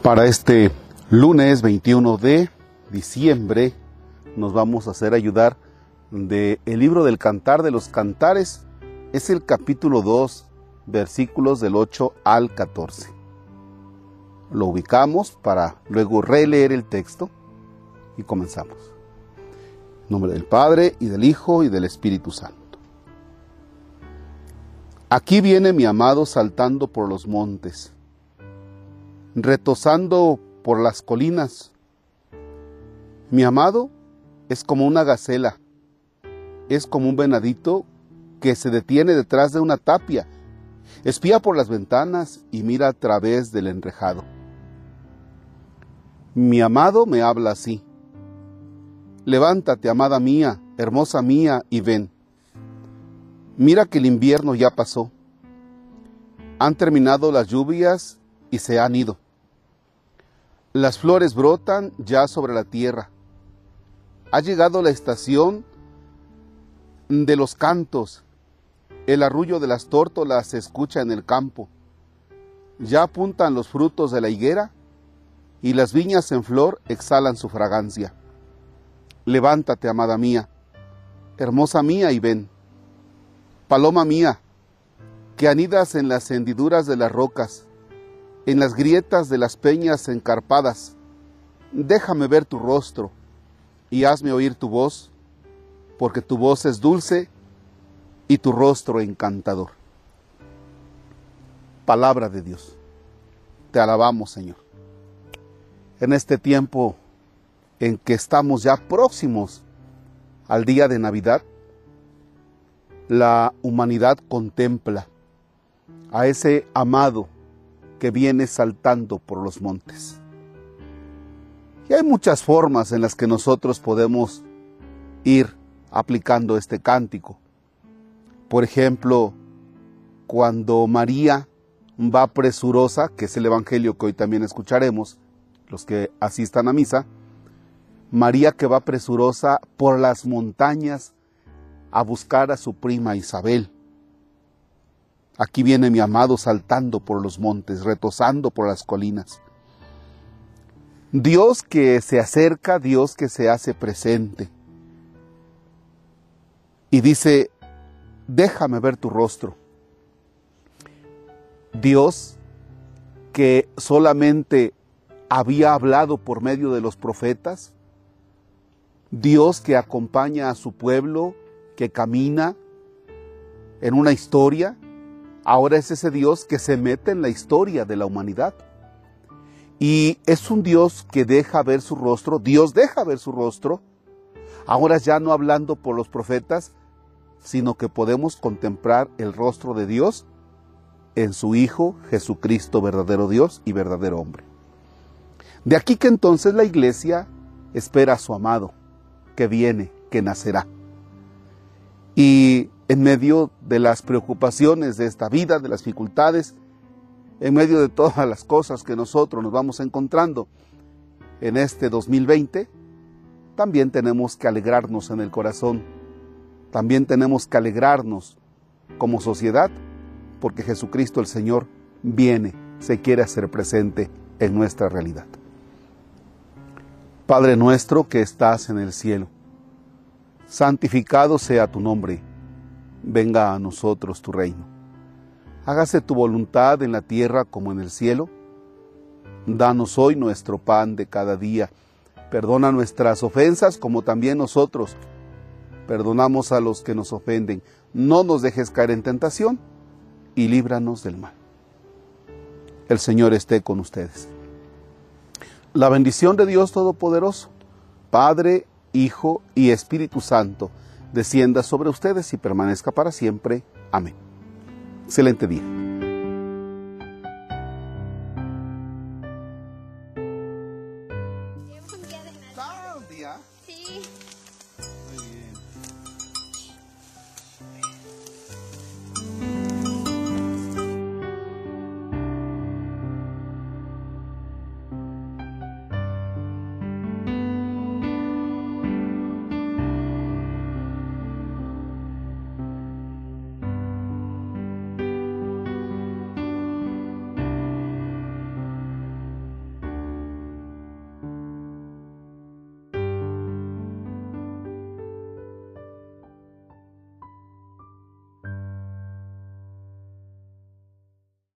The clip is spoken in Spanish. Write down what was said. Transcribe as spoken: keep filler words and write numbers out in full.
Para este lunes veintiuno de diciembre nos vamos a hacer ayudar del libro del Cantar de los Cantares. Es el capítulo dos, versículos del ocho al catorce. Lo ubicamos para luego releer el texto y comenzamos. En nombre del Padre, y del Hijo, y del Espíritu Santo. Aquí viene mi amado saltando por los montes, retozando por las colinas. Mi amado es como una gacela, es como un venadito que se detiene detrás de una tapia, espía por las ventanas y mira a través del enrejado. Mi amado me habla así: levántate, amada mía, hermosa mía, y ven. Mira que el invierno ya pasó. Han terminado las lluvias y se han ido. Las flores brotan ya sobre la tierra. Ha llegado la estación de los cantos. El arrullo de las tórtolas se escucha en el campo. Ya apuntan los frutos de la higuera y las viñas en flor exhalan su fragancia. Levántate, amada mía, hermosa mía, y ven. Paloma mía, que anidas en las hendiduras de las rocas, en las grietas de las peñas encarpadas, déjame ver tu rostro y hazme oír tu voz, porque tu voz es dulce y tu rostro encantador. Palabra de Dios. Te alabamos, Señor. En este tiempo en que estamos ya próximos al día de Navidad, la humanidad contempla a ese amado que viene saltando por los montes. Y hay muchas formas en las que nosotros podemos ir aplicando este cántico. Por ejemplo, cuando María va presurosa, que es el evangelio que hoy también escucharemos, los que asistan a misa, María que va presurosa por las montañas a buscar a su prima Isabel. Aquí viene mi amado saltando por los montes, retozando por las colinas. Dios que se acerca, Dios que se hace presente. Y dice: déjame ver tu rostro. Dios que solamente había hablado por medio de los profetas. Dios que acompaña a su pueblo, que camina en una historia. Ahora es ese Dios que se mete en la historia de la humanidad. Y es un Dios que deja ver su rostro. Dios deja ver su rostro. Ahora ya no hablando por los profetas, sino que podemos contemplar el rostro de Dios en su Hijo Jesucristo, verdadero Dios y verdadero hombre. De aquí que entonces la iglesia espera a su amado, que viene, que nacerá. Y en medio de las preocupaciones de esta vida, de las dificultades, en medio de todas las cosas que nosotros nos vamos encontrando en este dos mil veinte, también tenemos que alegrarnos en el corazón, también tenemos que alegrarnos como sociedad, porque Jesucristo el Señor viene, se quiere hacer presente en nuestra realidad. Padre nuestro que estás en el cielo, santificado sea tu nombre. Venga a nosotros tu reino. Hágase tu voluntad en la tierra como en el cielo. Danos hoy nuestro pan de cada día. Perdona nuestras ofensas como también nosotros perdonamos a los que nos ofenden. No nos dejes caer en tentación y líbranos del mal. El Señor esté con ustedes. La bendición de Dios Todopoderoso, Padre, Hijo y Espíritu Santo, descienda sobre ustedes y permanezca para siempre. Amén. Excelente día. ¿Un día de Navidad? ¿Un día? Sí.